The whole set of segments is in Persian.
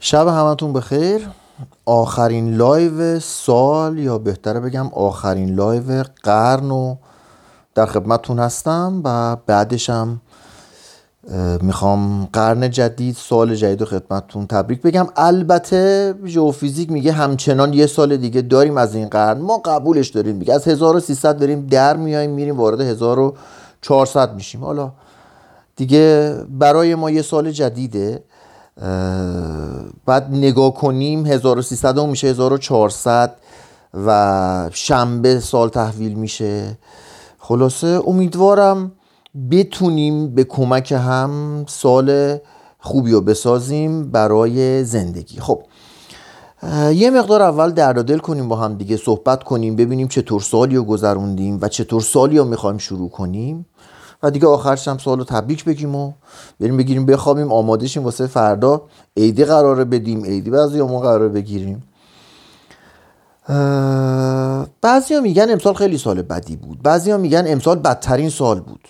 شب همتون بخیر. آخرین لایو سال یا بهتره بگم آخرین لایو قرن و در خدمتتون هستم و بعدشم میخوام قرن جدید سال جدید رو خدمتتون تبریک بگم. البته ژئوفیزیک میگه همچنان یه سال دیگه داریم از این قرن، ما قبولش داریم دیگه، از 1300 داریم در میایم میریم وارد 1400 میشیم. حالا دیگه برای ما یه سال جدیده. بعد نگاه کنیم 1300 اون میشه 1400 و شنبه سال تحویل میشه. خلاصه امیدوارم بتونیم به کمک هم سال خوبی رو بسازیم برای زندگی. خب یه مقدار اول درد و دل کنیم با هم دیگه، صحبت کنیم ببینیم چطور سالی رو گذروندیم و چطور سالی رو میخوایم شروع کنیم و دیگه آخرش هم سال رو تبریک بگیم و بریم بگیریم بخوابیم آماده شیم واسه فردا عیدی قراره بدیم، عیدی بعضیامون قراره بگیریم. بعضیا میگن امسال خیلی سال بدی بود، بعضیا میگن امسال بدترین سال بود.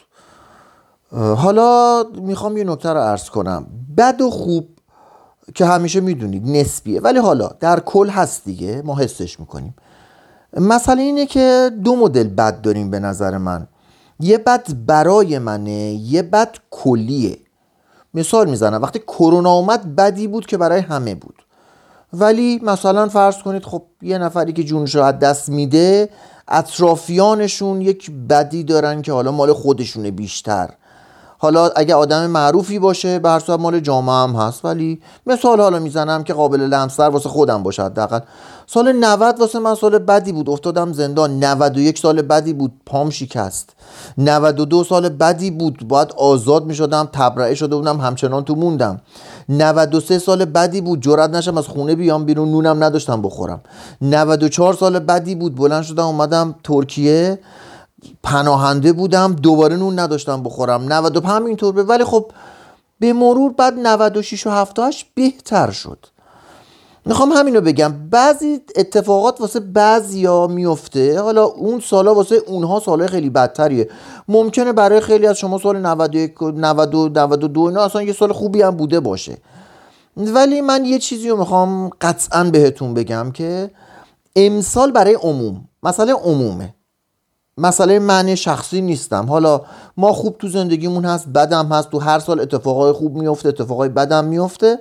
حالا میخوام یه نکته رو عرض کنم. بد و خوب که همیشه میدونید نسبیه، ولی حالا در کل هست دیگه، ما حسش میکنیم. مسئله اینه که دو مدل بد داریم به نظر من. یه بد برای منه، یه بد کلیه. مثال میزنم، وقتی کرونا اومد بدی بود که برای همه بود، ولی مثلا فرض کنید خب یه نفری که جونش رو از دست میده اطرافیانشون یک بدی دارن که حالا مال خودشونه بیشتر. حالا اگه آدم معروفی باشه به هر صورت مال جامعه هم هست، ولی مثال حالا میزنم که قابل لمس‌تر واسه خودم باشه. حداقل سال 90 واسه من سال بدی بود، افتادم زندان. 91 سال بدی بود، پام شکست. 92 سال بدی بود، باید آزاد میشدم، تبرئه شده بودم، همچنان تو موندم. 93 سال بدی بود، جرئت نشم از خونه بیام بیرون، نونم نداشتم بخورم. 94 سال بدی بود، بلند شدم اومدم ترکیه، پناهنده بودم، دوباره نون نداشتم بخورم. 95 همینطور به، ولی خب به مرور بعد 96 و 78 بهتر شد. میخوام همینو بگم، بعضی اتفاقات واسه بعضیا میفته، حالا اون سالا واسه اونها سالای خیلی بدتریه. ممکنه برای خیلی از شما سال 91 90 92 اینا اصلا یه سال خوبی هم بوده باشه، ولی من یه چیزی رو میخوام قطعا بهتون بگم که امسال برای عموم، مسئله عمومه، مسئله من شخصی نیستم. حالا ما خوب تو زندگیمون هست، بدم هست، تو هر سال اتفاقای خوب میفته، اتفاقای بدم میفته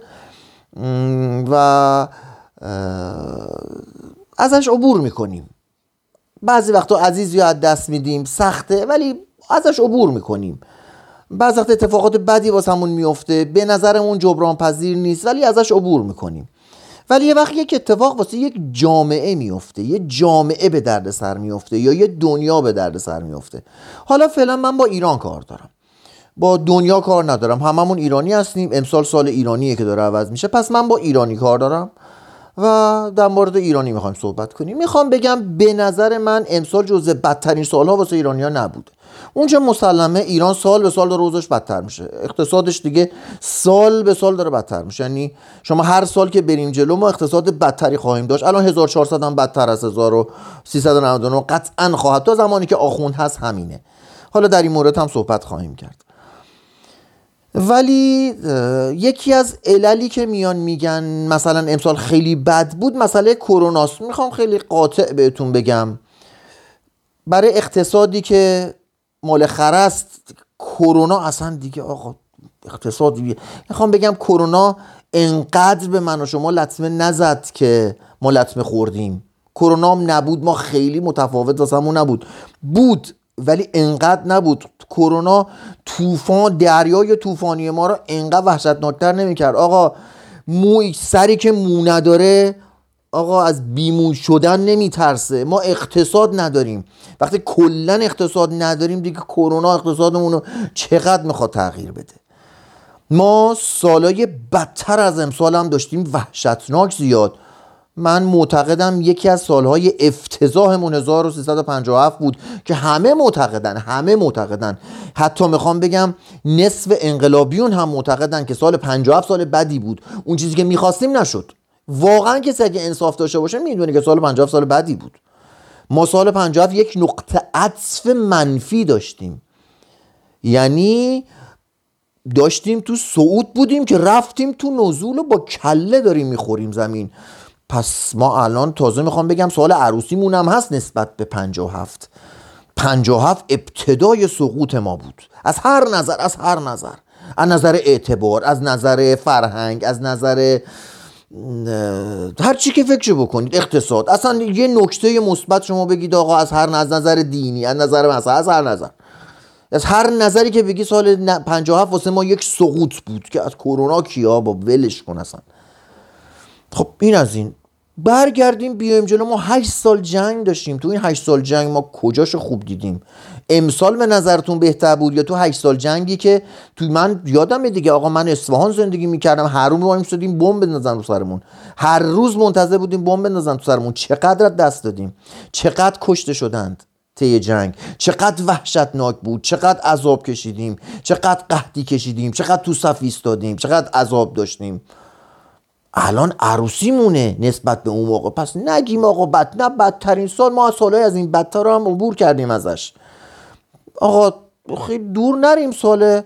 و ازش عبور میکنیم. بعضی وقتا عزیزی از دست میدیم، سخته، ولی ازش عبور میکنیم. بعضی وقت اتفاقات بدی واسمون میفته، به نظرمون جبران پذیر نیست، ولی ازش عبور میکنیم. ولی یه وقت یک اتفاق واسه یک جامعه میفته، یه جامعه به درد سر میفته یا یه دنیا به درد سر میفته. حالا فعلا من با ایران کار دارم، با دنیا کار ندارم، هممون ایرانی هستیم. امسال سال ایرانیه که داره عوض میشه، پس من با ایرانی کار دارم و در مورد ایرانی میخوایم صحبت کنیم. میخوام بگم به نظر من امسال جزو بدترین سالها واسه ایرانی‌ها نبوده. اون چه مسلمه ایران سال به سال داره اوضاعش بدتر میشه، اقتصادش دیگه سال به سال داره بدتر میشه. یعنی شما هر سال که بریم جلو ما اقتصاد بدتری خواهیم داشت. الان 1400 هم بدتر از 1399 قطعا خواهد، تا زمانی که آخوند هست همینه. حالا در این مورد هم صحبت خواهیم کرد. ولی یکی از عللی که میان میگن مثلا امسال خیلی بد بود مسئله کروناست. میخوام خیلی قاطع بهتون بگم، برای اقتصادی که مال خرست کرونا اصلا دیگه آقا اقتصادی، میخوام بگم کرونا انقدر به من و شما لطمه نزد که ما لطمه خوردیم. کرونا هم نبود ما خیلی متفاوت واسمون نبود، بود ولی انقدر نبود. کرونا طوفان، دریای طوفانی ما رو انقدر وحشتناکتر نمیکرد. آقا سری که مو نداره آقا از بیمون شدن نمیترسه. ما اقتصاد نداریم، وقتی کلن اقتصاد نداریم دیگه کرونا اقتصادمون رو چقدر میخواد تغییر بده. ما سالای بدتر از امسال هم داشتیم، وحشتناک زیاد. من معتقدم یکی از سالهای افتضاحمون 1357 بود که همه معتقدن، حتی میخوام بگم نصف انقلابیون هم معتقدن که سال 57 سال بدی بود. اون چیزی که میخواستیم نشد. واقعا کسی اگه انصاف داشته باشه میدونه که سال 57 سال بدی بود. ما سال 57 یک نقطه عطف منفی داشتیم، یعنی داشتیم تو صعود بودیم که رفتیم تو نزول و با کله داریم میخوریم زمین. پس ما الان تازه میخوام بگم سال عروسیمون هم هست نسبت به 57. 57 ابتدای سقوط ما بود، از هر نظر، از نظر اعتبار، از نظر فرهنگ، از نظر هر چی که فکر بکنید، اقتصاد، اصلا یه نکته مثبت شما بگید آقا از نظر دینی، از نظر مثلا، از هر نظری که بگی سال 57 واسه ما یک سقوط بود که از کرونا کیا با ولش کن اصلا. خب این از این. برگردیم بیایم جلو. ما 8 سال جنگ داشتیم. تو این 8 سال جنگ ما کجاشو خوب دیدیم؟ امسال به نظرتون بهتر بود یا تو 8 سال جنگی که تو من یادمه دیگه آقا، من اصفهان زندگی میکردم، هر روز ما میشدیم بمب بندازن رو سرمون، هر روز منتظر بودیم بمب بندازن تو سرمون. چقدر دست دادیم، چقدر کشته شدند طی جنگ، چقدر وحشتناک بود، چقدر عذاب کشیدیم، چقدر قحطی کشیدیم، چقدر تو صف ایستادیم، چقدر عذاب داشتیم. الان عروسی مونه نسبت به اون موقع. پس نگیم آقا نه بدترین سال، ما سالهای از این بدتر رو هم عبور کردیم ازش. آقا خیلی دور نریم، سال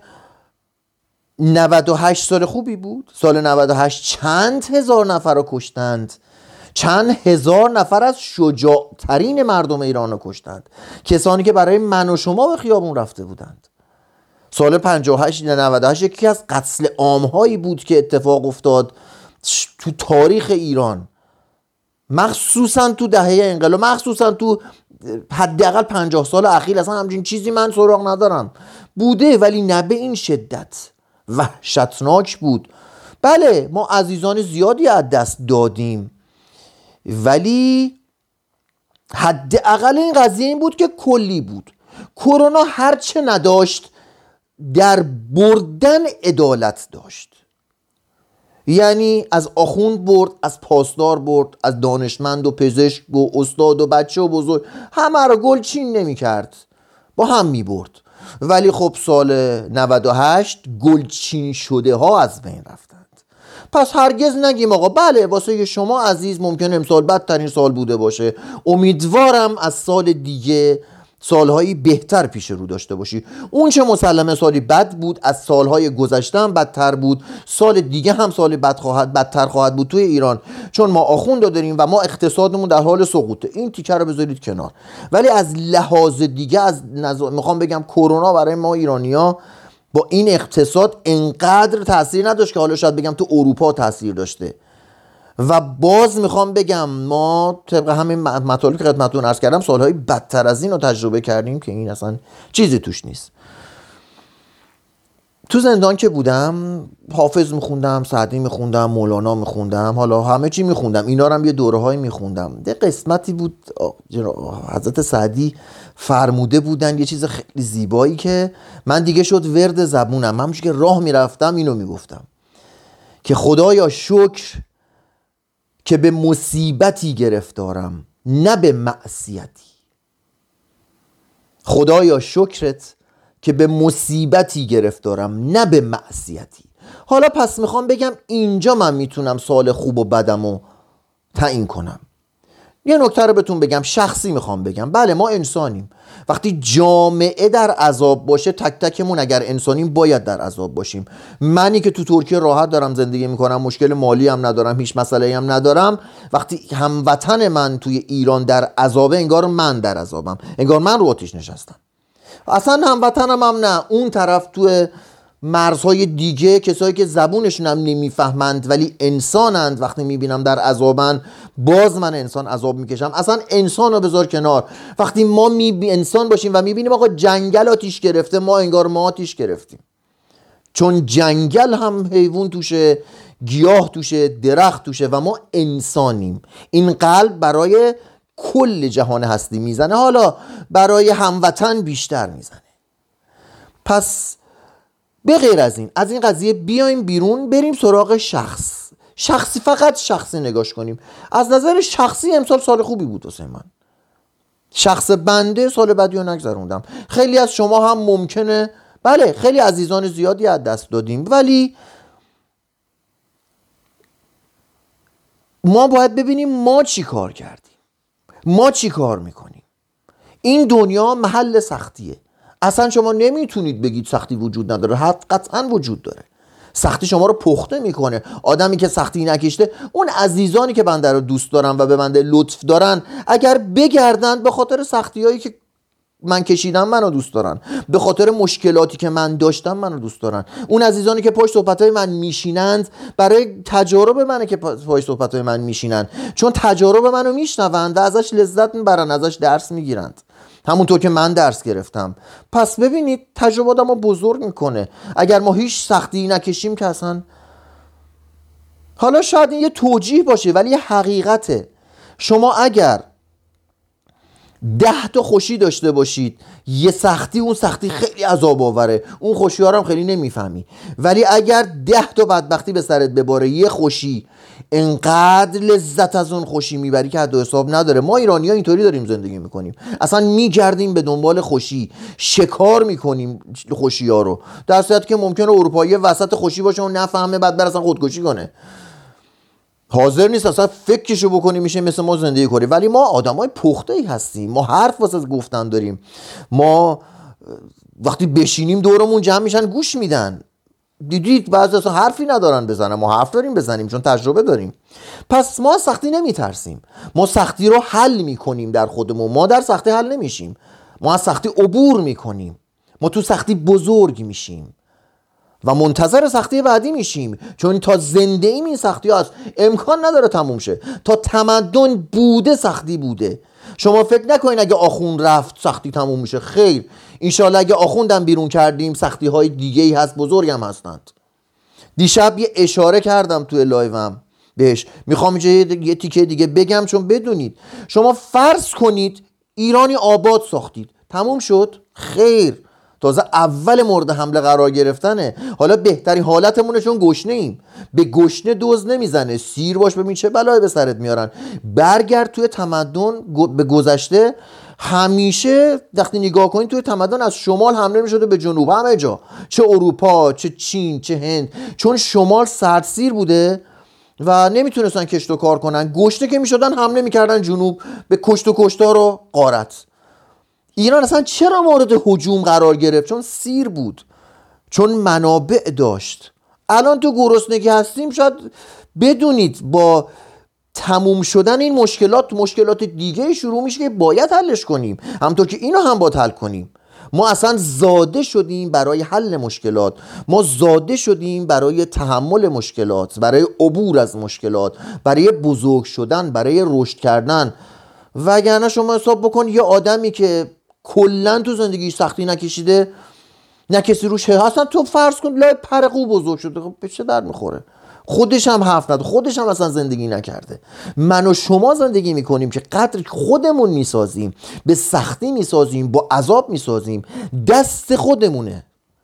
98 سال خوبی بود. سال 98 چند هزار نفر رو کشتند، چند هزار نفر از شجاعترین مردم ایران رو کشتند، کسانی که برای من و شما به خیابون رفته بودند. سال 58 98 یکی از قتل عام‌هایی بود که اتفاق افتاد تو تاریخ ایران، مخصوصا تو دهه انقلاب، مخصوصا تو حداقل 50 سال اخیر. اصلا همچین چیزی من سراغ ندارم بوده، ولی نه به این شدت. وحشتناک بود. بله ما عزیزان زیادی از دست دادیم، ولی حداقل این قضیه این بود که کلی بود. کرونا هرچه نداشت در بردن عدالت داشت. یعنی از آخوند برد، از پاسدار برد، از دانشمند و پزشک و استاد و بچه و بزرگ، همه رو گلچین نمی کرد، با هم می برد. ولی خب سال 98 گلچین شده ها از بین رفتند. پس هرگز نگیم آقا بله واسه شما عزیز ممکن امسال بدترین سال بوده باشه، امیدوارم از سال دیگه سالهایی بهتر پیش رو داشته باشی. اون چه مسلمه سالی بد بود، از سالهای گذشته هم بدتر بود، سال دیگه هم سالی بدتر خواهد بود توی ایران، چون ما آخوند داریم و ما اقتصادمون در حال سقوطه. این تیکه رو بذارید کنار. ولی از لحاظ دیگه، میخوام بگم کرونا برای ما ایرانیا با این اقتصاد انقدر تاثیر نداشت که حالا شاید بگم تو اروپا تاثیر داشته. و باز میخوام بگم ما طبق همین مطالبی که خدمتتون عرض کردم سالهای بدتر از این رو تجربه کردیم که این اصلا چیزی توش نیست. تو زندان که بودم حافظ میخوندم، سعدی میخوندم، مولانا میخوندم، حالا همه چی میخوندم. اینا رو هم یه دوره های میخوندم. یه قسمتی بود حضرت سعدی فرموده بودن یه چیز خیلی زیبایی که من دیگه شد ورد زبونم. همونش که راه میرفتم اینو میگفتم که خدایا شکر که به مصیبتی گرفتارم نه به معصیتی. خدایا شکرت که به مصیبتی گرفتارم نه به معصیتی. حالا پس میخوام بگم اینجا من میتونم سال خوب و بدم رو تعیین کنم. یه نکته رو بهتون بگم شخصی میخوام بگم. بله ما انسانیم. وقتی جامعه در عذاب باشه تک تکمون اگر انسانیم باید در عذاب باشیم. منی که تو ترکیه راحت دارم زندگی میکنم، مشکل مالی هم ندارم، هیچ مسئله هم ندارم، وقتی هموطن من توی ایران در عذابه انگار من در عذابم، انگار من رو آتیش نشستم. اصلا هموطنم هم نه، اون طرف توی مرزهای دیگه کسایی که زبونشون هم نمیفهمند ولی انسانند، وقتی میبینم در عذابن باز من انسان عذاب میکشم. اصلا انسان رو بذار کنار. وقتی ما انسان باشیم و میبینیم آقا جنگل آتیش گرفته، ما انگار ما آتیش گرفتیم، چون جنگل هم حیوان توشه، گیاه توشه، درخت توشه و ما انسانیم. این قلب برای کل جهان هستی میزنه، حالا برای هموطن بیشتر میزنه. پس به غیر از این قضیه بیایم بیرون، بریم سراغ شخصی، فقط شخصی نگاش کنیم. از نظر شخصی امسال سال خوبی بود واسه من. شخص بنده سال بدی رو نگذروندم. خیلی از شما هم ممکنه بله خیلی عزیزان زیادی از دست دادیم، ولی ما باید ببینیم ما چی کار کردیم، ما چی کار میکنیم. این دنیا محل سختیه. اصلا شما نمیتونید بگید سختی وجود نداره، قطعا وجود داره. سختی شما رو پخته میکنه. آدمی که سختی نکشته، اون عزیزانی که بنده رو دوست دارن و به بنده لطف دارن، اگر بگردن به خاطر سختیایی که من کشیدم منو دوست دارن، به خاطر مشکلاتی که من داشتم منو دوست دارن. اون عزیزانی که پشت صحبتهای من میشینند، برای تجارب منه که پشت صحبتهای من میشینن، چون تجارب منو میشنوند و ازش لذت میبرن، ازش درس میگیرند، همونطور که من درس گرفتم. پس ببینید تجربه آدمو بزرگ میکنه. اگر ما هیچ سختی نکشیم که اصلا، حالا شاید این یه توجیه باشه ولی یه حقیقته. شما اگر 10 تا خوشی داشته باشید، یه سختی، اون سختی خیلی عذاب آوره، اون خوشی ها رو هم خیلی نمیفهمی. ولی اگر 10 تا بدبختی به سرت بباره، یه خوشی، انقدر لذت از اون خوشی میبری که حد و حساب نداره. ما ایرانی ها اینطوری داریم زندگی میکنیم، اصلا میگردیم به دنبال خوشی، شکار میکنیم خوشی ها رو، در صورتی که ممکنه اروپایی وسط خوشی باشه و نفهمه، بعد بر اصلا خودکشی کنه، حاضر نیست اصلا فکرشو بکنی میشه مثل ما زندگی کنی. ولی ما آدمای پخته‌ای هستیم، ما حرف واسه گفتن داریم، ما وقتی بشینیم دورمون جمع میشن گوش میدن. دیدید بعضی اصلا حرفی ندارن بزنن، ما حرف داریم بزنیم چون تجربه داریم. پس ما سختی نمیترسیم، ما سختی رو حل میکنیم در خودمون، ما در سختی حل نمیشیم، ما از سختی عبور میکنیم، ما تو سختی بزرگ میشیم و منتظر سختی بعدی میشیم، چون تا زنده ایم این سختی هست، امکان نداره تموم شه. تا تمدن بوده سختی بوده. شما فکر نکنین اگه آخوند رفت سختی تموم میشه، خیر، انشالله اگه آخوندم بیرون کردیم سختی های دیگه ای هست، بزرگ هم هستند. دیشب یه اشاره کردم توی لایوم بهش، میخوام یه تیکه دیگه بگم چون بدونید. شما فرض کنید ایرانی آباد ساختید، تموم شد؟ خیر، تازه اول مورد حمله قرار گرفتنه. حالا بهترین حالتمونه چون گشنه ایم، به گشنه دوز نمیزنه، سیر باش ببین چه بلایی به سرت میارن. برگرد توی تمدن، به گذشته. همیشه وقتی نگاه کنید توی تمدن از شمال حمله میشده به جنوب، همه جا، چه اروپا، چه چین، چه هند، چون شمال سردسیر بوده و نمیتونستن کشت و کار کنن. گشنه که میشدن حمله میکردن جنوب به کشت و کشتار و غارت. ایران اصلا چرا مورد هجوم قرار گرفت؟ چون سیر بود، چون منابع داشت. الان تو گرسنگی هستیم، شاید بدونید با تموم شدن این مشکلات دیگه شروع میشه که باید حلش کنیم، همونطور که اینو هم باید حل کنیم. ما اصلا زاده شدیم برای حل مشکلات، ما زاده شدیم برای تحمل مشکلات، برای عبور از مشکلات، برای بزرگ شدن، برای رشد کردن. وگرنه شما حساب بکن یه آدمی که کلن تو زندگی سختی نکشیده، نه کسی روش اصلا، تو فرض کن لای پرقو بزرگ شده، خب به چه درد میخوره؟ خودش هم حرف نداره، خودش هم اصلا زندگی نکرده. من و شما زندگی میکنیم که قدر خودمون میسازیم، به سختی میسازیم، با عذاب میسازیم، دست خودمونه.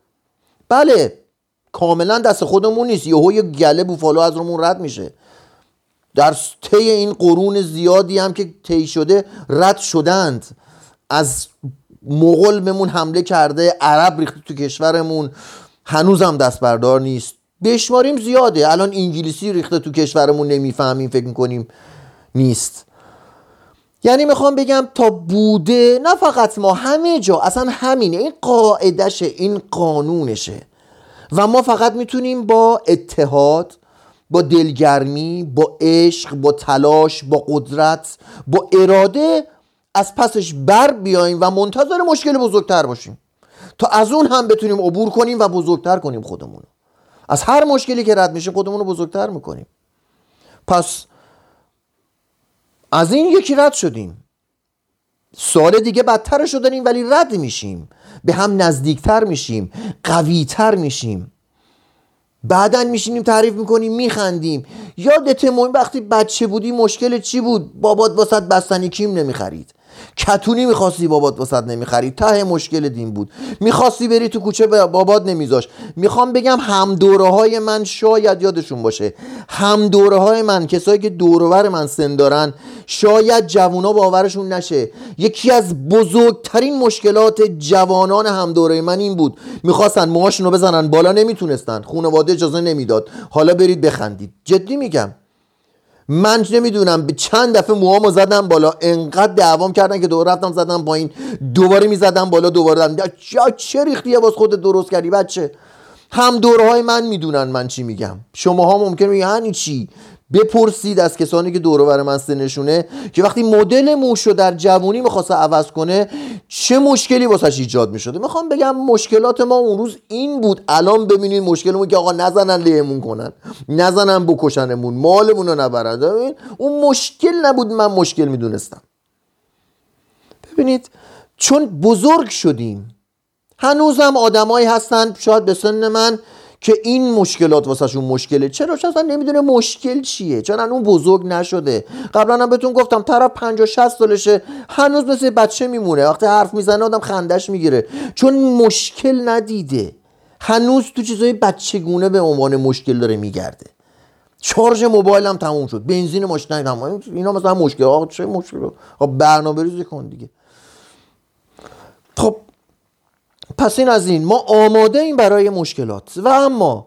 بله کاملا دست خودمون نیست، یهو یه گله بوفالو از رومون رد میشه. در طی این قرون زیادی هم که طی شده رد شدند. از مغول بهمون حمله کرده، عرب ریخته تو کشورمون، هنوزم دست بردار نیست. بشماریم زیاده. الان انگلیسی ریخته تو کشورمون، نمیفهمیم، فکر میکنیم نیست. یعنی میخوام بگم تا بوده، نه فقط ما، همه جا اصلا همینه، این قاعدشه، این قانونشه و ما فقط میتونیم با اتحاد، با دلگرمی، با عشق، با تلاش، با قدرت، با اراده از پسش بر بیاییم و منتظر مشکل بزرگتر باشیم تا از اون هم بتونیم عبور کنیم و بزرگتر کنیم خودمون. از هر مشکلی که رد میشه خودمون رو بزرگتر میکنیم. پس از این یکی رد شدیم، سال دیگه بدتر شدنیم ولی رد میشیم، به هم نزدیکتر میشیم، قویتر میشیم. بعدن میشینیم تعریف میکنیم، میخندیم. یادت وقتی بچه بودی مشکل چی بود؟ بابات واسط بستنی کیم نمیخرید، کتونی میخواستی بابات واسط نمیخرید، ته مشکل دین بود، میخواستی بری تو کوچه بابات نمیذاش. میخوام بگم هم دوره های من، شاید یادشون باشه، هم دوره های من، کسایی که دورور من سن دارن، شاید جوونا باورشون نشه، یکی از بزرگترین مشکلات جوانان هم دوره من این بود، میخواستن موهاشون رو بزنن بالا، نمیتونستن، خانواده اجازه نمیداد. حالا برید بخندید، جدی میگم. من نمیدونم به چند دفعه موهامو زدم بالا، انقدر دعوام کردن که دوباره رفتم زدم پایین، دوباره میزدم بالا، دوباره دادم. چه ریختیه باز خودت درست کردی بچه؟ هم دورهای من میدونن من چی میگم. شماها ممکنه میگن یعنی چی؟ بپرسید از کسانی که دور و بر من سنشونه که وقتی مدل موشو در جوونی میخواسته عوض کنه چه مشکلی واسش ایجاد میشده. میخوام بگم مشکلات ما اون روز این بود، الان ببینید مشکلمون که آقا نزنن لهمون کنن، نزنن بکشنمون، مالمون رو نبرن. اون مشکل نبود، من مشکل میدونستم. ببینید چون بزرگ شدیم، هنوزم آدمایی هستن شاید به سن من که این مشکلات واسهشون مشکله. چرا؟ چون اصلا نمیدونه مشکل چیه، چون اون بزرگ نشده. قبلا هم بهتون گفتم طرف 50 60 سالشه هنوز مثل بچه میمونه، وقتی حرف میزنه آدم خندش میگیره چون مشکل ندیده، هنوز تو چیزای بچگونه به عنوان مشکل داره میگرده. شارژ موبایلم تموم شد، بنزین ماشینم تموم، اینا مثلا مشکل. آقا چه مشکلی؟ خب برنامه‌ریزی کن دیگه. خب پس این از این، ما آماده این برای مشکلات. و اما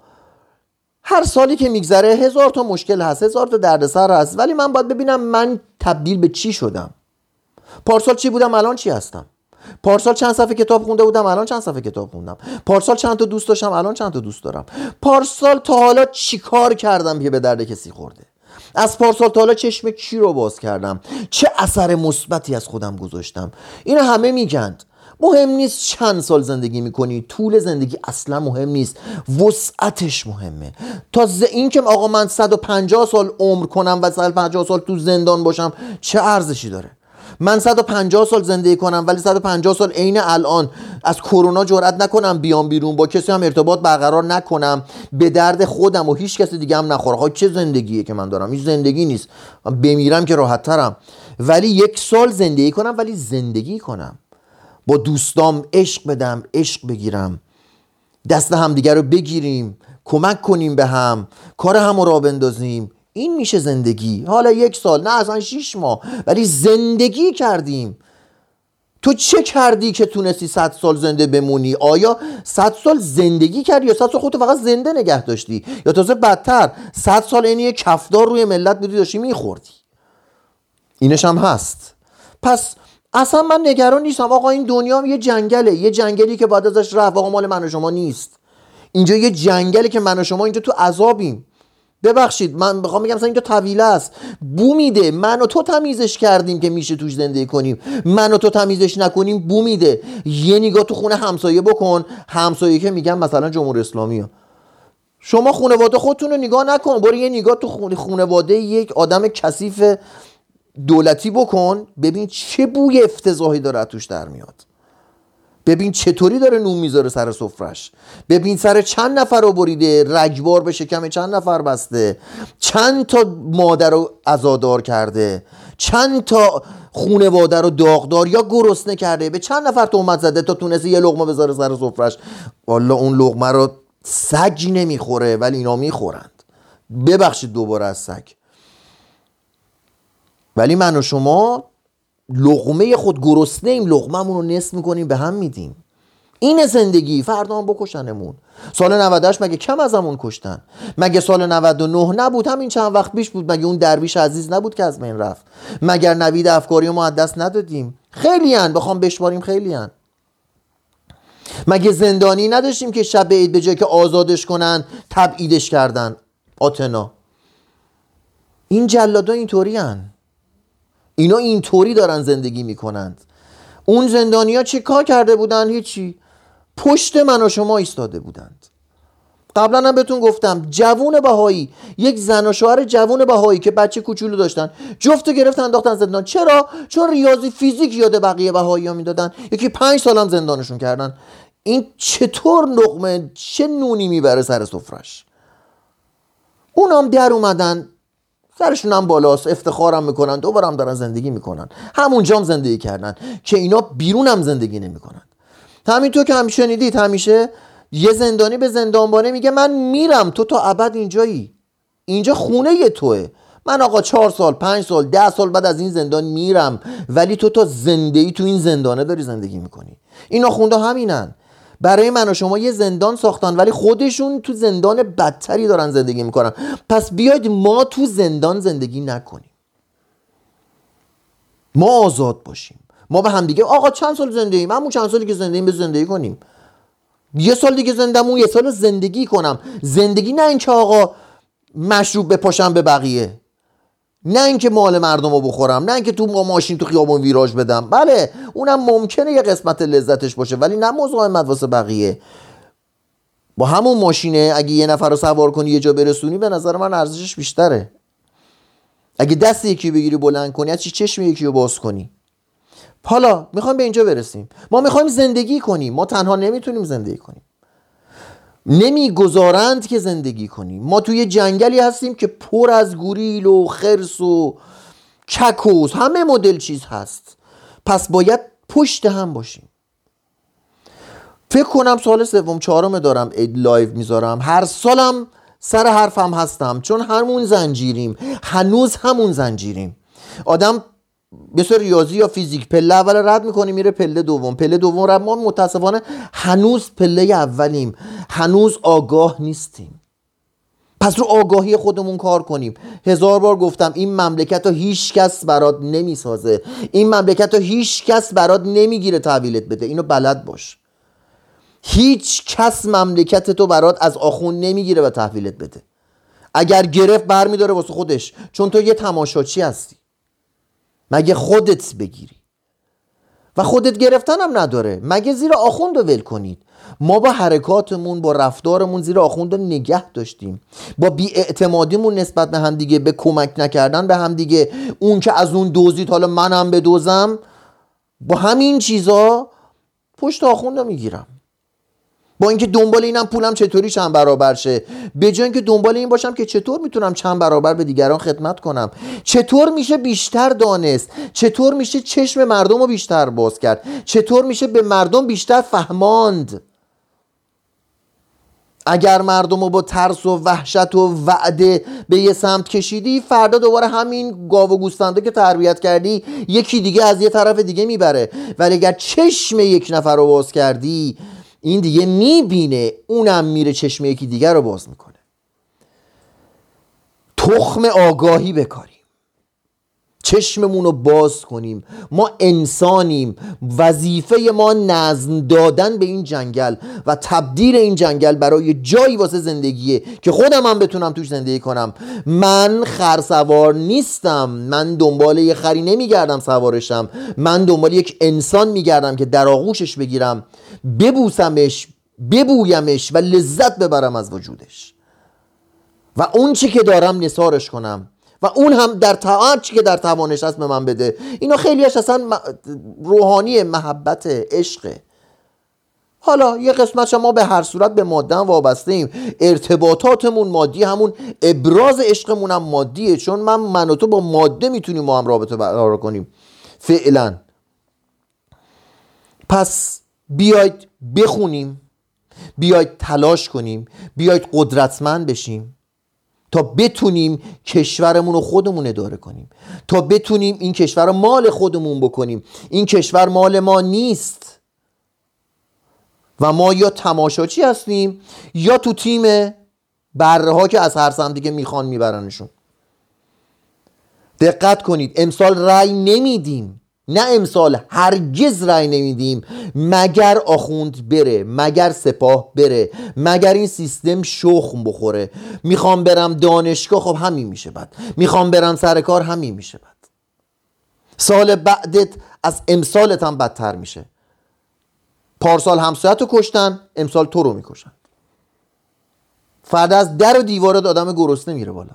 هر سالی که میگذره 1000 تا مشکل هست، 1000 تا دردسر هست، ولی من باید ببینم من تبدیل به چی شدم. پارسال چی بودم الان چی هستم. پارسال چند صفحه کتاب خونده بودم الان چند صفحه کتاب خوندم. پارسال چند تا دوست داشتم الان چند تا دوست دارم. پارسال تا حالا چی کار کردم که به درد کسی خورده. از پارسال تا حالا چشم کی رو باز کردم، چه اثر مثبتی از خودم گذاشتم. اینا همه میگند. مهم نیست چند سال زندگی میکنی، طول زندگی اصلا مهم نیست، وسعتش مهمه. تا این که آقا من 150 سال عمر کنم و 150 سال تو زندان باشم چه ارزشی داره؟ من 150 سال زندگی کنم ولی 150 سال عین الان از کرونا جرئت نکنم بیام بیرون، با کسی هم ارتباط برقرار نکنم، به درد خودم و هیچ کسی دیگه هم نخوره. ها چه زندگیه که من دارم؟ این زندگی نیست. بمیرم که راحت ترم. ولی 1 سال زندگی کنم ولی زندگی کنم، با دوستام عشق بدم، عشق بگیرم، دست همدیگه رو بگیریم، کمک کنیم به هم، کار هم رو راه بندازیم. این میشه زندگی. حالا 1 سال نه اصلا 6 ماه، ولی زندگی کردیم. تو چه کردی که تونستی 100 سال زنده بمونی؟ آیا 100 سال زندگی کردی یا 100 سال خودتو فقط زنده نگه داشتی؟ یا تازه بدتر 100 سال اینی یک کفدار روی ملت بودی داشتی میخوردی؟ اینش هم هست. پس اصلا من نگران نیستم. آقا این دنیا یه جنگله، یه جنگلی که بعد ازش رفت. آقا مال من و شما نیست. اینجا یه جنگلی که من و شما اینجا تو عذابیم. ببخشید من بخوام بگم مثلا اینجا طویله است، بو میده. من و تو تمیزش کردیم که میشه توش زندگی کنیم، من و تو تمیزش نکنیم بو میده. یه نگاه تو خونه همسایه بکن، همسایه که میگم مثلا جمهوری اسلامی ها. شما خانواده خودتون رو نگاه نکن، برو یه نگاه تو خانواده یک آدم کثیف دولتی بکن، ببین چه بوی افتضاحی داره توش در میاد. ببین چطوری داره نون میذاره سر سفرش. ببین سر چند نفر رو بریده، رگبار به شکم چند نفر بسته، چند تا مادر رو عزادار کرده، چند تا خونواده رو داغدار یا گرسنه کرده، به چند نفر تهمت زده تا تونسته یه لقمه بذاره سر سفرش. والا اون لقمه رو سگ نمیخوره ولی اینا میخورند. ببخشید دوباره از سگ. ولی من و شما لقمه خود گرسنه ایم، لقمه‌مون رو نصف میکنیم به هم میدیم. این زندگی. فردا هم بکشنمون. سال 98 مگه کم از همون کشتن؟ مگه سال 99 نبود؟ همین چند وقت پیش بود. مگه اون درویش عزیز نبود که از بین رفت؟ مگر نوید افکاری رو ما از دست ندادیم؟ خیلی ان بخوام بشماریم خیلی ان. مگه زندانی نداشتیم که شب عید به جای که آزادش کنن تبعیدش کردن؟ آتنا. این جلادا اینطوری ان. اینا اینطوری دارن زندگی میکنند. اون زندانیا چه کار کرده بودن؟ هیچی. پشت من و شما ایستاده بودند. قبلا هم بهتون گفتم جوون بهایی، یک زن و شوهر جوون بهایی که بچه کوچولو داشتن، جفتو گرفتن انداختن زندان. چرا؟ چون ریاضی فیزیک یاد بقیه بهایی ها میدادن. یکی 5 سال هم زندانشون کردن. این چطور لقمه چه نونی میبره سر سفرش؟ اونام در اومدن، سرشون هم بالاست، افتخارم میکنن، دوباره هم دارن زندگی میکنن. همونجا هم زندگی کردن که اینا بیرون هم زندگی نمیکنن. همینطور که همیشه شنیدید، همیشه یه زندانی به زندانبانه میگه من میرم، تو تا ابد اینجایی، اینجا خونه ی توه. من آقا 4 سال 5 سال 10 سال بعد از این زندان میرم، ولی تو تا زندگی تو این زندانه داری زندگی میکنی. اینا خونده همینن. برای من و شما یه زندان ساختن ولی خودشون تو زندان بدتری دارن زندگی میکنن. پس بیاید ما تو زندان زندگی نکنیم، ما آزاد باشیم. ما به هم دیگه آقا چند سال زندگی، همون چند سالی که زندگیم به زندگی کنیم. یه سال دیگه زندمون یه سال زندگی کنم. زندگی نه اینکه آقا مشروب بپاشم به بقیه، نه اینکه مال مردم رو بخورم، نه اینکه تو ماشین تو خیابون ویراژ بدم. بله اونم ممکنه یه قسمت لذتش باشه ولی نه مزاحمت واسه بقیه. با همون ماشینه اگه یه نفر رو سوار کنی یه جا برسونی، به نظر من ارزشش بیشتره. اگه دست یکی بگیری بلند کنی، از چی چشم یکی رو باز کنی. حالا میخوایم به اینجا برسیم، ما میخوایم زندگی کنیم، ما تنها نمیتونیم زندگی کنیم، نمیگذارند که زندگی کنیم. ما توی جنگلی هستیم که پر از گوریل و خرس و ککوز، همه مدل چیز هست. پس باید پشت هم باشیم. فکر کنم سال سوم چهارم دارم لایو میذارم، هر سالم سر حرفم هستم، چون همون زنجیریم، هنوز همون زنجیریم. آدم مثل ریاضی یا فیزیک پله اول رد میکنه میره پله دوم، پله دوم رد. ما متاسفانه هنوز پله اولیم، هنوز آگاه نیستیم. پس رو آگاهی خودمون کار کنیم. 1000 بار گفتم این مملکت رو هیچ کس برات نمیسازه، این مملکت رو هیچ کس برات نمیگیره تحویلت بده، اینو بلد باش. هیچ کس مملکت تو برات از آخون نمیگیره و تحویلت بده. اگر گرفت برمیداره واسه خودش، چون تو یه تماشاچی هستی. مگه خودت بگیری و خودت گرفتن هم نداره؟ مگه زیر آخوند رو ول کنید؟ ما با حرکاتمون، با رفتارمون زیر آخوند رو نگه داشتیم، با بی‌اعتمادیمون نسبت به هم دیگه، به کمک نکردن به هم دیگه، اون که از اون دوزید حالا منم بدوزم، با همین چیزا پشت آخوند رو میگیرم. با اینکه دنبال اینم پولم چطوری چند برابر شه، به جای اینکه دنبال این باشم که چطور میتونم چند برابر به دیگران خدمت کنم، چطور میشه بیشتر دانست، چطور میشه چشم مردم رو بیشتر باز کرد، چطور میشه به مردم بیشتر فهماند. اگر مردم رو با ترس و وحشت و وعده به یه سمت کشیدی، فردا دوباره همین گاو و گوسفنده که تربیت کردی یکی دیگه از یه طرف دیگه میبره. ولی اگر چشم یک نفر رو باز کردی، این دیگه میبینه، اونم میره چشم یکی دیگر رو باز میکنه. تخم آگاهی بکاریم، چشممون رو باز کنیم. ما انسانیم، وظیفه ما نظم دادن به این جنگل و تبدیل این جنگل برای جایی واسه زندگیه که خودم هم بتونم توش زندگی کنم. من خرسوار نیستم، من دنبال یه خری نمیگردم سوارشم، من دنبال یک انسان میگردم که در آغوشش بگیرم، ببوسمش، ببویمش و لذت ببرم از وجودش و اون چی که دارم نثارش کنم و اون هم در طاعت چی که در توانش هست به من بده. اینا خیلیش اصلا روحانی، محبت، عشقه. حالا یه قسمتش ما به هر صورت به ماده هم وابسته ایم، ارتباطاتمون مادی، همون ابراز عشقمون هم مادیه، چون من و تو با ماده میتونیم با هم رابطه برقرار کنیم فعلا. پس بیاید بخونیم، بیاید تلاش کنیم، بیاید قدرتمند بشیم تا بتونیم کشورمون رو خودمون اداره کنیم، تا بتونیم این کشور رو مال خودمون بکنیم. این کشور مال ما نیست و ما یا تماشاچی هستیم یا تو تیم بره ها که از هر سمت دیگه میخوان میبرنشون. دقت کنید، امسال رأی نمیدیم، نه امسال، هرگز رأی نمیدیم مگر آخوند بره، مگر سپاه بره، مگر این سیستم شخم بخوره. میخوام برم دانشگاه، خب همین میشه بد. میخوام برم سر کار، همین میشه بد. سال بعدت از امسالت هم بدتر میشه. پارسال همسایت رو کشتن، امسال تو رو میکشن. فردا از در و دیوارت آدم گرسنه میره بالا.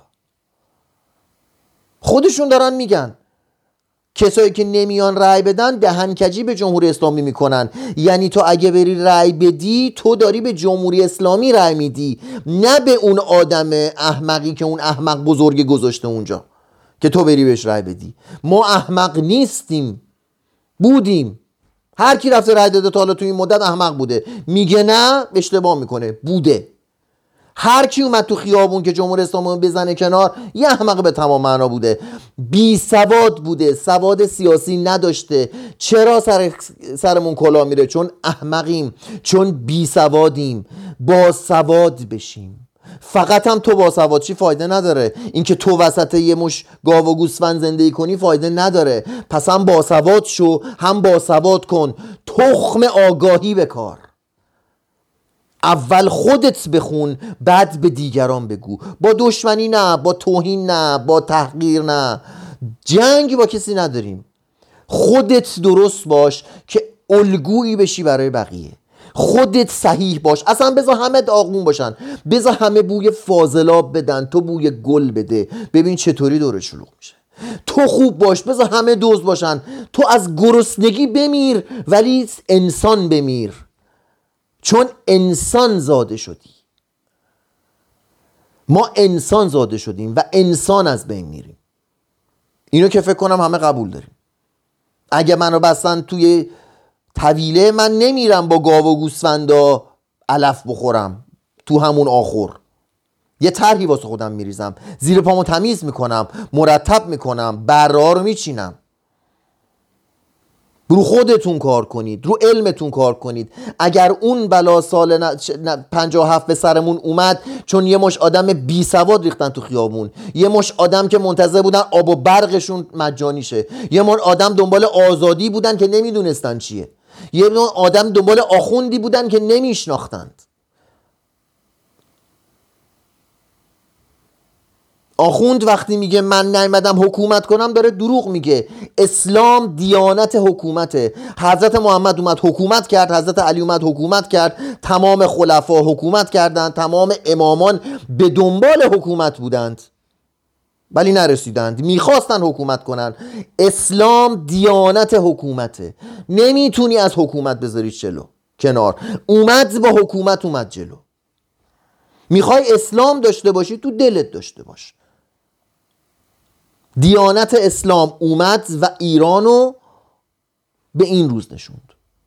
خودشون دارن میگن کسایی که نمیان رأی بدن دهنکجی به جمهوری اسلامی میکنن. یعنی تو اگه بری رأی بدی، تو داری به جمهوری اسلامی رأی میدی، نه به اون آدم احمقی که اون احمق بزرگ گذاشته اونجا که تو بری بهش رأی بدی. ما احمق نیستیم، بودیم. هر کی رفته رأی داده تا حالا تو این مدت احمق بوده. میگه نه، اشتباه میکنه، بوده. هر کی اومد تو خیابون که جمهوری اسلامی بزنه کنار یه احمق به تمام معنا بوده، بی سواد بوده، سواد سیاسی نداشته. چرا سرمون کلا میره؟ چون احمقیم، چون بی سوادیم. با سواد بشیم. فقط هم تو با سواد چی فایده نداره. اینکه تو وسط یه مش گاو و گوسفند زندگی کنی فایده نداره. پس هم با سواد شو، هم با سواد کن. تخم آگاهی به کار. اول خودت بخون، بعد به دیگران بگو. با دشمنی نه، با توهین نه، با تحقیر نه. جنگ با کسی نداریم. خودت درست باش که الگویی بشی برای بقیه. خودت صحیح باش. اصلا بذار همه داغون باشن، بذار همه بوی فاضلاب بدن، تو بوی گل بده، ببین چطوری دور شلوغ میشه. تو خوب باش، بذار همه دزد باشن، تو از گرسنگی بمیر ولی انسان بمیر، چون انسان زاده شدی. ما انسان زاده شدیم و انسان از بین میریم. اینو که فکر کنم همه قبول داریم. اگه منو بستن توی طویله، من نمیرم با گاو و گوسفندا علف بخورم تو همون آخر. یه طرحی واسه خودم میریزم، زیر پامو تمیز میکنم، مرتب میکنم، بره رو میچینم. رو خودتون کار کنید، رو علمتون کار کنید. اگر اون بلا سال 57 به سرمون اومد چون یه مش آدم بی سواد ریختن تو خیابون، یه مش آدم که منتظر بودن آب و برقشون مجانی شه، یه مش آدم دنبال آزادی بودن که نمیدونستن چیه، یه مش آدم دنبال آخوندی بودن که نمیشناختند. آخوند وقتی میگه من نیومدم حکومت کنم داره دروغ میگه. اسلام دیانت حکومته. حضرت محمد اومد حکومت کرد، حضرت علی اومد حکومت کرد، تمام خلفا حکومت کردند، تمام امامان به دنبال حکومت بودند ولی نرسیدند، میخواستن حکومت کنن. اسلام دیانت حکومته. نمیتونی از حکومت بذاری کنار. اومد با حکومت اومد جلو. میخوای اسلام داشته باشی تو دلت داشته باش. دیانت اسلام اومد و ایرانو به این روز نشوند.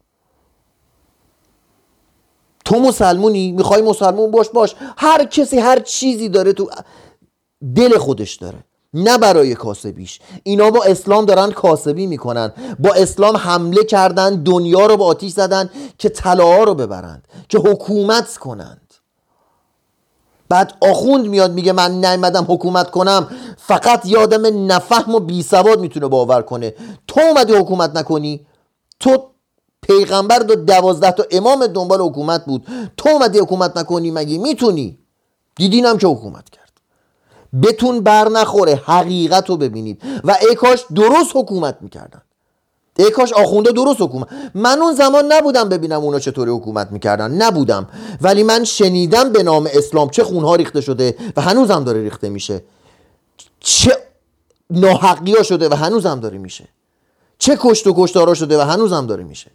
تو مسلمونی، میخوای مسلمون باش. هر کسی هر چیزی داره تو دل خودش داره، نه برای کاسبیش. اینا با اسلام دارن کاسبی میکنن، با اسلام حمله کردن، دنیا رو با آتیش زدن که طلاها رو ببرند، که حکومت کنند. بعد آخوند میاد میگه من نیومدم حکومت کنم. فقط یه آدم نفهم و بی سواد میتونه باور کنه. تو اومدی حکومت نکنی؟ تو پیغمبر 12 تا امام دنبال حکومت بود، تو اومدی حکومت نکنی؟ مگه میتونی؟ دیدینم که حکومت کرد. بتون بر نخوره، حقیقت رو ببینید. و ای کاش درست حکومت میکردن، ای کاش آخونده درست حکومت. من اون زمان نبودم ببینم اونا چطوری حکومت میکردن، نبودم، ولی من شنیدم به نام اسلام چه خونها ریخته شده و هنوزم داره ریخته میشه، چه ناحقی ها شده و هنوزم داره میشه، چه کشت و کشتارا شده و هنوزم داره میشه.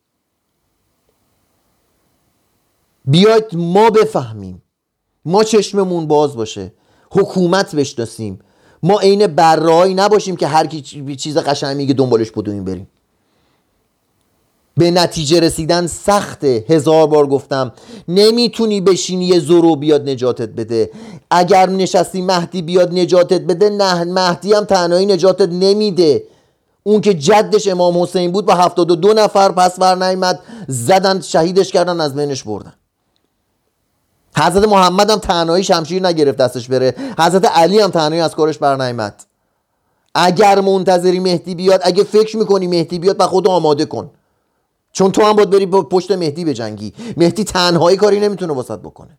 بیاید ما بفهمیم، ما چشممون باز باشه، حکومت بشناسیم. ما عین بره‌ای نباشیم که هر کی چیز قشنگ میگه دنبالش بدویم بریم. به نتیجه رسیدن سخته. 1000 بار گفتم نمیتونی بشینی یه زورو بیاد نجاتت بده. اگر نشستی مهدی بیاد نجاتت بده، نه، مهدی هم تنهایی نجاتت نمیده. اون که جدش امام حسین بود با 72 نفر پس بر نیامد، زدن شهیدش کردن، از بینش بردن. حضرت محمد هم تنهایی شمشیر نگرفت دستش بره، حضرت علی هم تنهایی از کارش بر نیامد. اگر منتظری مهدی بیاد، اگه فکر میکنی مهدی بیاد، با خود آماده کن، چون تو هم باید بری پشت مهدی بجنگی. مهدی تنهایی کاری نمیتونه واسط بکنه.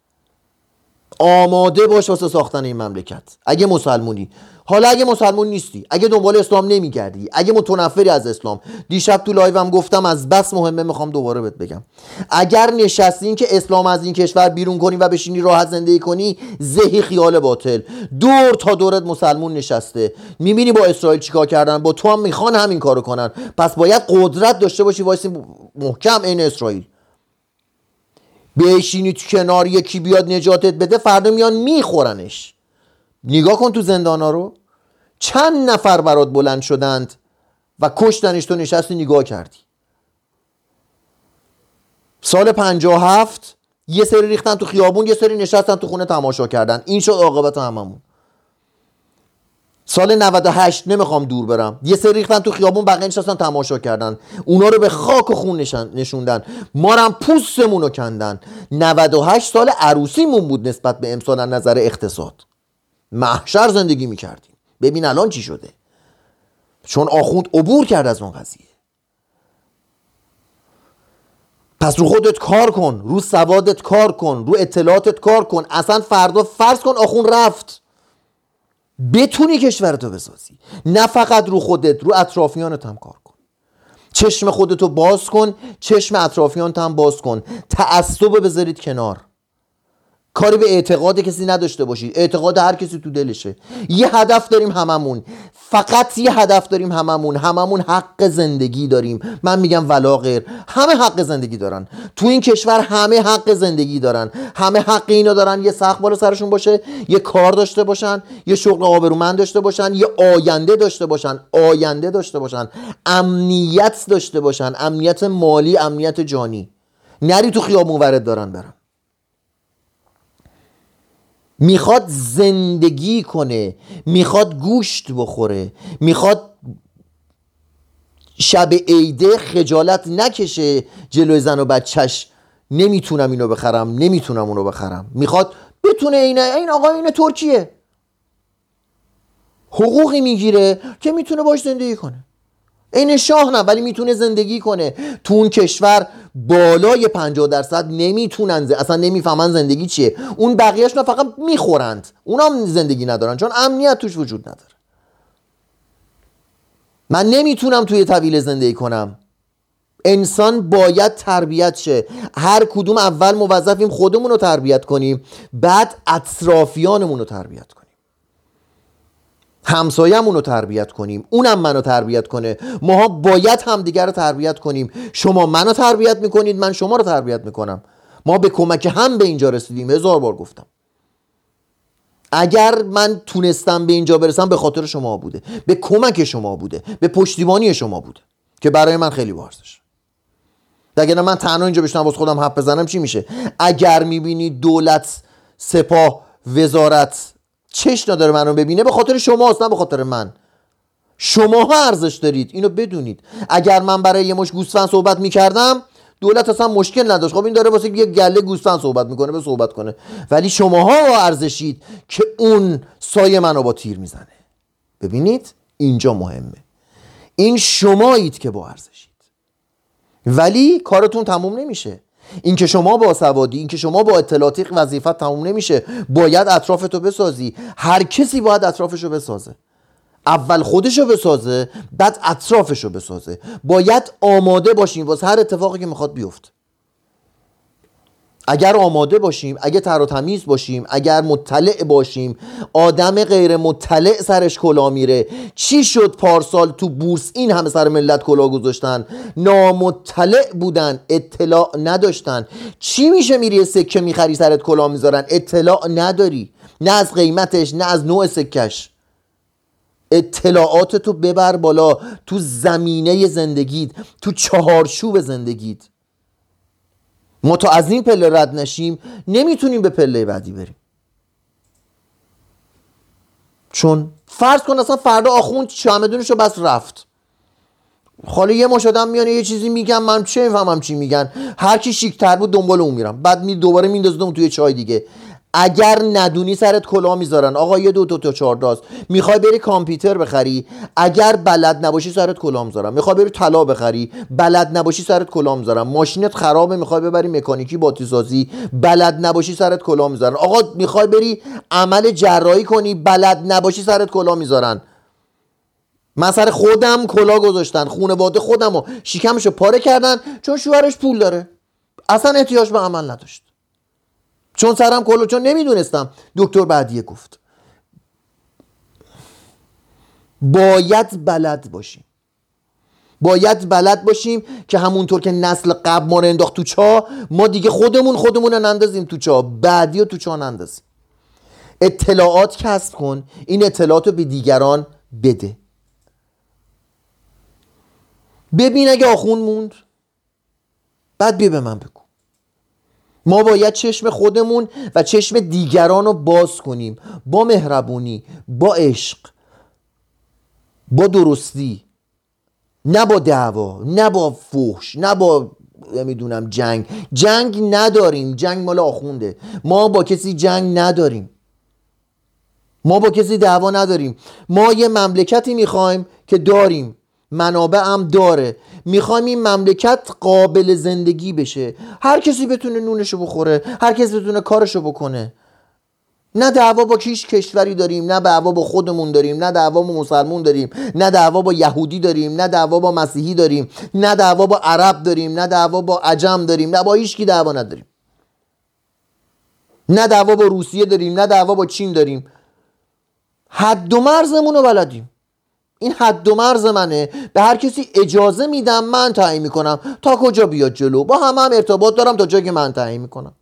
آماده باش واسه ساختن این مملکت اگه مسلمونی. حالا اگه مسلمون نیستی، اگه دنبال اسلام نمیگردی، اگه متنفری از اسلام، دیشب تو لایوم گفتم از بس مهمه، میخوام دوباره بهت بگم، اگر نشستین که اسلام از این کشور بیرون کنی و بشینی راحت زندگی کنی، زهی خیال باطل. دور تا دورت مسلمون نشسته، میبینی با اسرائیل چیکار کردن، با تو هم میخوان همین کارو کنن. پس باید قدرت داشته باشی وایسی محکم این اسرائیل. بشینی تو کنار یکی بیاد نجاتت بده، فردا میان میخورنش. نگاه کن تو زندانا رو، چند نفر برات بلند شدند و کشتنش، تو نشستی نگاه کردی. سال 57 یه سری ریختن تو خیابون، یه سری نشستن تو خونه تماشا کردن. این شد عاقبت هممون. سال 98 نمیخوام دور برم، یه سری ریختن تو خیابون، بقیه نشستن تماشا کردن، اونا رو به خاک و خون نشوندن، ما رو هم پوستمون رو کندن. 98 سال عروسیمون بود نسبت به امسال از نظر اقتصاد. محشر زندگی میکردیم. ببین الان چی شده، چون آخوند عبور کرد از اون قضیه. پس رو خودت کار کن، رو سوادت کار کن، رو اطلاعاتت کار کن. اصلا فردا فرض کن آخوند رفت، بتونی کشورتو بسازی. نه فقط رو خودت، رو اطرافیانت هم کار کن. چشم خودتو باز کن، چشم اطرافیانت هم باز کن. تعصب بذارید کنار، کاری به اعتقاد کسی نداشته باشید. اعتقاد هر کسی تو دلشه. یه هدف داریم هممون، فقط یه هدف داریم هممون حق زندگی داریم. من میگم ولا غیر، همه حق زندگی دارن تو این کشور، همه حق زندگی دارن، همه حق اینو دارن یه سقف بالا سرشون باشه، یه کار داشته باشن، یه شغل آبرومند داشته باشن، یه آینده داشته باشن، امنیت داشته باشن، امنیت مالی، امنیت جانی. نری تو خیابون ورد دارن برن. میخواد زندگی کنه، میخواد گوشت بخوره، میخواد شب عیده خجالت نکشه جلوی زن و بچهش، نمیتونم اینو بخرم، نمیتونم اونو بخرم. میخواد بتونه این آقا این ترکیه حقوقی میگیره که میتونه باش زندگی کنه. این شاه نه، ولی میتونه زندگی کنه. تو اون کشور بالای 50% نمیتونن اصلا نمیفهمن زندگی چیه. اون بقیهش نه، فقط میخورند، اونا هم زندگی ندارن چون امنیت توش وجود نداره. من نمیتونم توی طویل زندگی کنم. انسان باید تربیت شه. هر کدوم اول موظفیم خودمون رو تربیت کنیم، بعد اطرافیانمون رو تربیت کنیم، همسایه‌مون رو تربیت کنیم، اونم منو تربیت کنه. ماها باید همدیگر رو تربیت کنیم. شما منو تربیت میکنید، من شما رو تربیت میکنم. ما به کمک هم به اینجا رسیدیم. 1000 بار گفتم اگر من تونستم به اینجا برسم به خاطر شما بوده، به کمک شما بوده، به پشتیبانی شما بوده که برای من خیلی ارزشه. اگر من تنها اینجا بشنم واسه خودم حرف بزنم چی میشه؟ اگر میبینی دولت، سپاه، وزارت چش نداره منو ببینه، به خاطر شماست، نه به خاطر من. شماها ارزش دارید، اینو بدونید. اگر من برای یه مش گوسفند صحبت میکردم، دولت اصلا مشکل نداشت. خب این داره واسه یه گله گوسفند صحبت میکنه، به صحبت کنه. ولی شماها ارزشید که اون سایه منو با تیر میزنه. ببینید اینجا مهمه. این شمایید که با ارزشید. ولی کارتون تموم نمیشه. این که شما با سوادی، این که شما با اطلاعاتی وظیفت تموم نمیشه. باید اطرافتو بسازی. هر کسی باید اطرافشو بسازه. اول خودشو بسازه، بعد اطرافشو بسازه. باید آماده باشیم واسه هر اتفاقی که میخواد بیفته. اگر آماده باشیم، اگه تر و تمیز باشیم، اگر مطلع باشیم. آدم غیر مطلع سرش کلاه میره. چی شد پارسال تو بورس این همه سر ملت کلاه گذاشتن؟ نامطلع بودن، اطلاع نداشتن. چی میشه میری یه سکه میخری سرت کلاه میذارن، اطلاع نداری، نه از قیمتش نه از نوع سکش. اطلاعاتتو ببر بالا تو زمینه زندگیت، تو چهارچوب زندگیت. ما تا از این پله رد نشیم نمیتونیم به پله بعدی بریم. چون فرض کن اصلا فردا آخوند چمدونشو بس رفت، خاله یه مش آدم میانه یه چیزی میگم، من چه میفهمم چی میگن، هر کی شیک‌تر بود دنبال اون میرم، بعد دوباره میندازم توی چای دیگه. اگر ندونی سرت کلاه میذارن. آقا یه دو تا چهار تاست. میخوای بری کامپیوتر بخری، اگر بلد نباشی سرت کلاه میذارن. میخوای بری طلا بخری، بلد نباشی سرت کلاه میذارن. ماشینت خرابه، میخوای ببری مکانیکی باتری سازی، بلد نباشی سرت کلاه میذارن. آقا میخوای بری عمل جراحی کنی، بلد نباشی سرت کلاه میذارن. من سر خودم کلاه گذاشتن، خانواده خودمو شکمشو پاره کردن چون شوهرش پول داره، اصلا احتیاج به عمل نداشت. چون سرم کلاه، چون نمیدونستم. دکتر بعدیه گفت باید بلد باشیم. باید بلد باشیم که همونطور که نسل قبل ما رو انداخت تو چاه، ما دیگه خودمون رو نندازیم تو چاه، بعدی رو تو چاه نندازیم. اطلاعات کسب کن، این اطلاعات رو به دیگران بده. ببین اگه آخون موند، بعد بیا به من بگو. ما باید چشم خودمون و چشم دیگران رو باز کنیم، با مهربونی، با عشق، با درستی، نه با دعوا، نه با فحش، نه با نمیدونم جنگ نداریم. جنگ مال آخونده. ما با کسی جنگ نداریم، ما با کسی دعوا نداریم. ما یه مملکتی میخوایم که داریم، منابع هم داره، میخوایم این مملکت قابل زندگی بشه، هر کسی بتونه نونشو بخوره، هر کسی بتونه کارشو بکنه. نه دعوا با هیچ کشوری داریم، نه دعوا با خودمون داریم، نه دعوا با مسلمون داریم، نه دعوا با یهودی داریم، نه دعوا با مسیحی داریم، نه دعوا با عرب داریم، نه دعوا با عجم داریم، نه با هیچ کی دعوا نداریم. نه دعوا با روسیه داریم، نه دعوا با چین داریم. حد و مرزمون رو بلدیم. این حد و مرز منه، به هر کسی اجازه میدم، من تعیین میکنم تا کجا بیاد جلو. با هم ارتباط دارم تا جایی که من تعیین میکنم.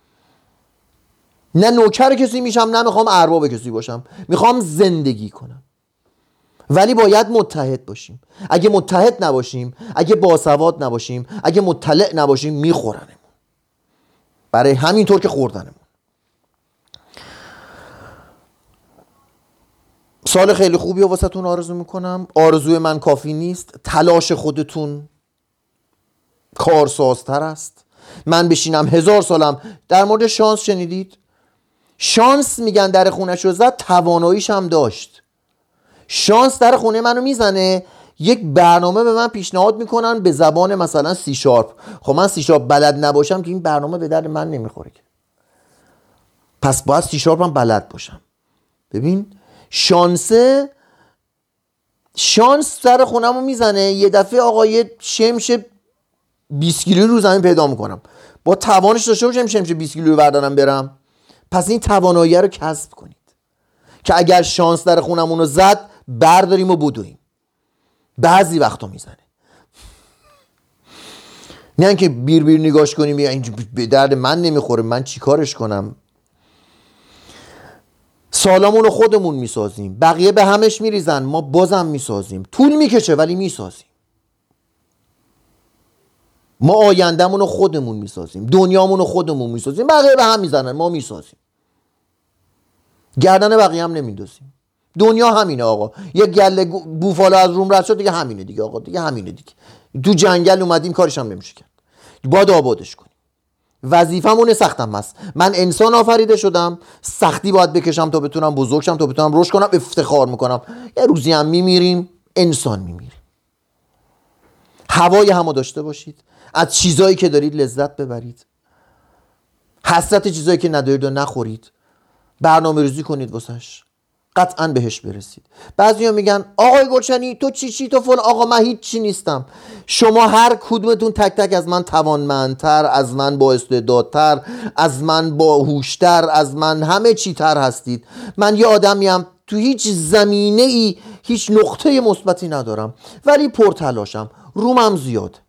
نه نوکر کسی میشم، نه میخوام ارباب کسی باشم، میخوام زندگی کنم. ولی باید متحد باشیم. اگه متحد نباشیم، اگه باسواد نباشیم، اگه مطلع نباشیم، میخورنمون. برای همینطور که خوردنمون. سال خیلی خوبی رو واسهتون آرزو میکنم. آرزوی من کافی نیست، تلاش خودتون کارسازتر است. من بشینم 1000 سالم. در مورد شانس شنیدید؟ شانس میگن در خونش رو زد، تواناییش هم داشت. شانس در خونه منو میزنه، یک برنامه به من پیشنهاد میکنن به زبان مثلا سی شارپ. خب من سی شارپ بلد نباشم که این برنامه به درد من نمیخوره که. پس باید سی شارپ هم بلد باشم. ببین شانس سر خونمو میزنه، یه دفعه آقا یه شمش 20 کیلویی رو زمین پیدا میکنم. با توانش داشته باشم شمش 20 کیلویی بردارم برم. پس این توانایی رو کسب کنید که اگر شانس در خونمون رو زد برداریم و بدویم. بعضی وقتا میزنه، نه اینکه بیر نگاش کنیم یا اینجا به درد من نمیخوره، من چی کارش کنم. سالامون رو خودمون میسازیم، بقیه به همش میریزن، ما بازم میسازیم. طول میکشه ولی میسازیم. ما آیندهمون رو خودمون میسازیم، دنیامون رو خودمون میسازیم. بقیه به هم میزنن، ما میسازیم. گردن بقیه هم نمیندازیم. دنیا همینه آقا. یه گله بوفالو از روم رد شد، دیگه همینه دیگه آقا، دیگه همینه دیگه. تو جنگل اومدیم، کارش هم نمیشه کرد. باید آبادش کنیم. وظیفه‌مون سختم هست. من انسان آفریده شدم، سختی باید بکشم تا بتونم بزرگ شم، تا بتونم رشد کنم. افتخار میکنم یه روزی هم میمیریم، انسان میمیریم. هوای همو داشته باشید، از چیزایی که دارید لذت ببرید، حسرت چیزایی که ندارید و نخورید. برنامه ریزی کنید واسش، قطعا بهش برسید. بعضیا میگن آقای گلشنی تو چی تو فلان. آقا من هیچ چی نیستم. شما هر کدومتون تک تک از من توانمندتر، از من با استعدادتر، از من با هوشتر، از من همه چی تر هستید. من یه آدمیم تو هیچ زمینه ای هیچ نقطه مثبتی ندارم، ولی پرتلاشم، رومم زیاد.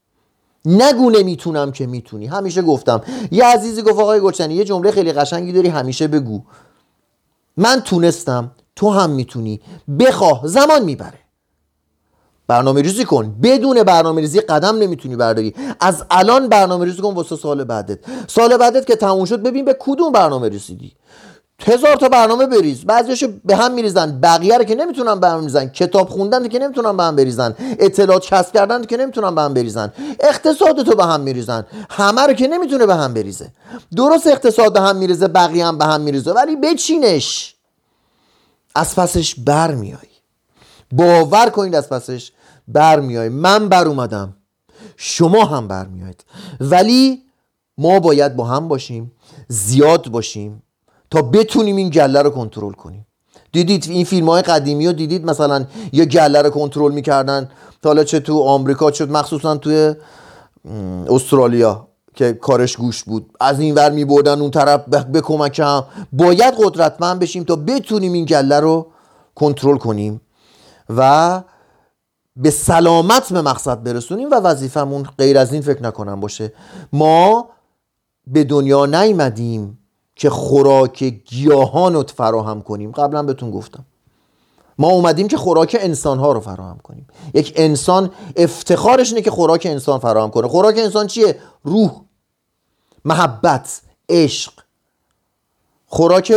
نگو نمیتونم که میتونی. همیشه گفتم. یه عزیزی گفت آقای گلشنی یه جمله خیلی قشنگی داری، همیشه بگو. من تونستم، تو هم میتونی. بخواه، زمان میبره. برنامه ریزی کن. بدون برنامه ریزی قدم نمیتونی برداری. از الان برنامه ریزی کن واسه سال بعدت. سال بعدت که تموم شد ببین به کدوم برنامه رسیدی. 1000 تا برنامه بریز. بعضیاشو به هم میریزن، بقیه رو که نمیتونن به هم بریزن. کتاب خوندن که نمیتونن به هم بریزن، اطلاعات کسب کردن که نمیتونن به هم بریزن، اقتصادتو به هم میریزن. همه رو که نمیتونه به هم بریزه. درست اقتصاد به هم میریزه، بقیه هم به هم میریزه، ولی بچینش، از پسش برمیای. باور کنید از پسش برمیای. من بر اومدم، شما هم برمیاید. ولی ما باید با هم باشیم، زیاد باشیم تا بتونیم این گله رو کنترل کنیم. دیدید این فیلم های قدیمی رو دیدید، مثلا یه گله رو کنترل میکردن، حالا چه تو آمریکا شد، مخصوصا توی استرالیا که کارش گوش بود، از این ور میبردن اون طرف به کمکم. باید قدرتمند بشیم تا بتونیم این گله رو کنترل کنیم و به سلامت به مقصد برسونیم. و وظیفمون غیر از این فکر نکنم باشه. ما به دنیا نیومدیم که خوراک گیاهان رو فراهم کنیم. قبلا بهتون گفتم ما اومدیم که خوراک انسانها رو فراهم کنیم. یک انسان افتخارش اینه که خوراک انسان فراهم کنه. خوراک انسان چیه؟ روح. محبت، عشق. خوراک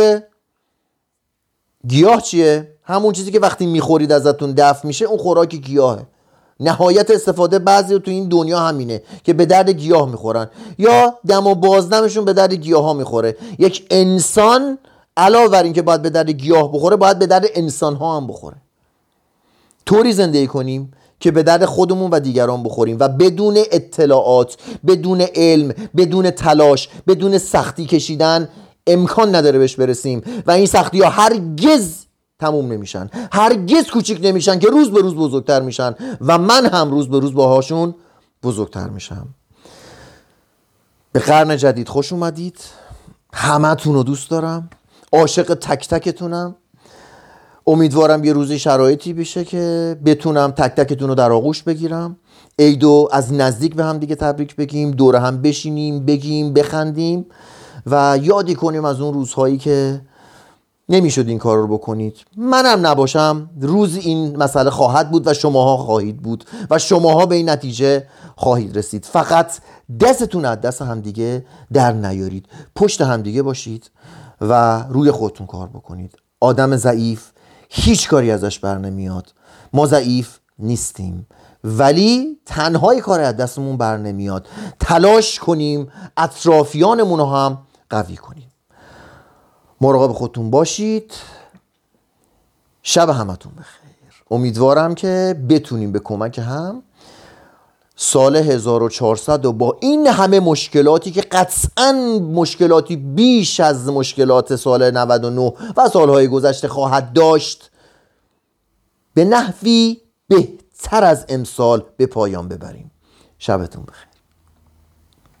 گیاه چیه؟ همون چیزی که وقتی میخورید ازتون دفع میشه، اون خوراک گیاهه. نهایت استفاده بعضی تو این دنیا همینه که به درد گیاه میخورن، یا دم و بازدمشون به درد گیاه ها میخوره. یک انسان علاوه بر این که باید به درد گیاه بخوره، باید به درد انسان ها هم بخوره. طوری زندگی کنیم که به درد خودمون و دیگران بخوریم و بدون اطلاعات، بدون علم، بدون تلاش، بدون سختی کشیدن امکان نداره بهش برسیم و این سختی ها هرگز تموم نمیشن، هرگز کوچیک نمیشن، که روز به روز بزرگتر میشن و من هم روز به روز باهاشون بزرگتر میشم. به قرن جدید خوش اومدید. همه تون رو دوست دارم، عاشق تک تکتونم. امیدوارم یه روزی شرایطی بشه که بتونم تک تکتون رو در آغوش بگیرم، عیدو از نزدیک به هم دیگه تبریک بگیم، دور هم بشینیم، بگیم، بخندیم و یادی کنیم از اون روزهایی که نمیشد این کار رو بکنید. منم نباشم روز این مسئله خواهد بود و شماها خواهید بود و شماها به این نتیجه خواهید رسید. فقط دستتون از دست همدیگه در نیارید، پشت همدیگه باشید و روی خودتون کار بکنید. آدم ضعیف هیچ کاری ازش بر نمیاد. ما ضعیف نیستیم، ولی تنهای کار از دستمون بر نمیاد. تلاش کنیم اطرافیانمون رو هم قوی کنیم. مراقب خودتون باشید. شب همتون بخیر. امیدوارم که بتونیم به کمک هم سال 1400 و با این همه مشکلاتی که قطعاً مشکلاتی بیش از مشکلات سال 99 و سالهای گذشته خواهد داشت، به نحوی بهتر از امسال به پایان ببریم. شبتون بخیر.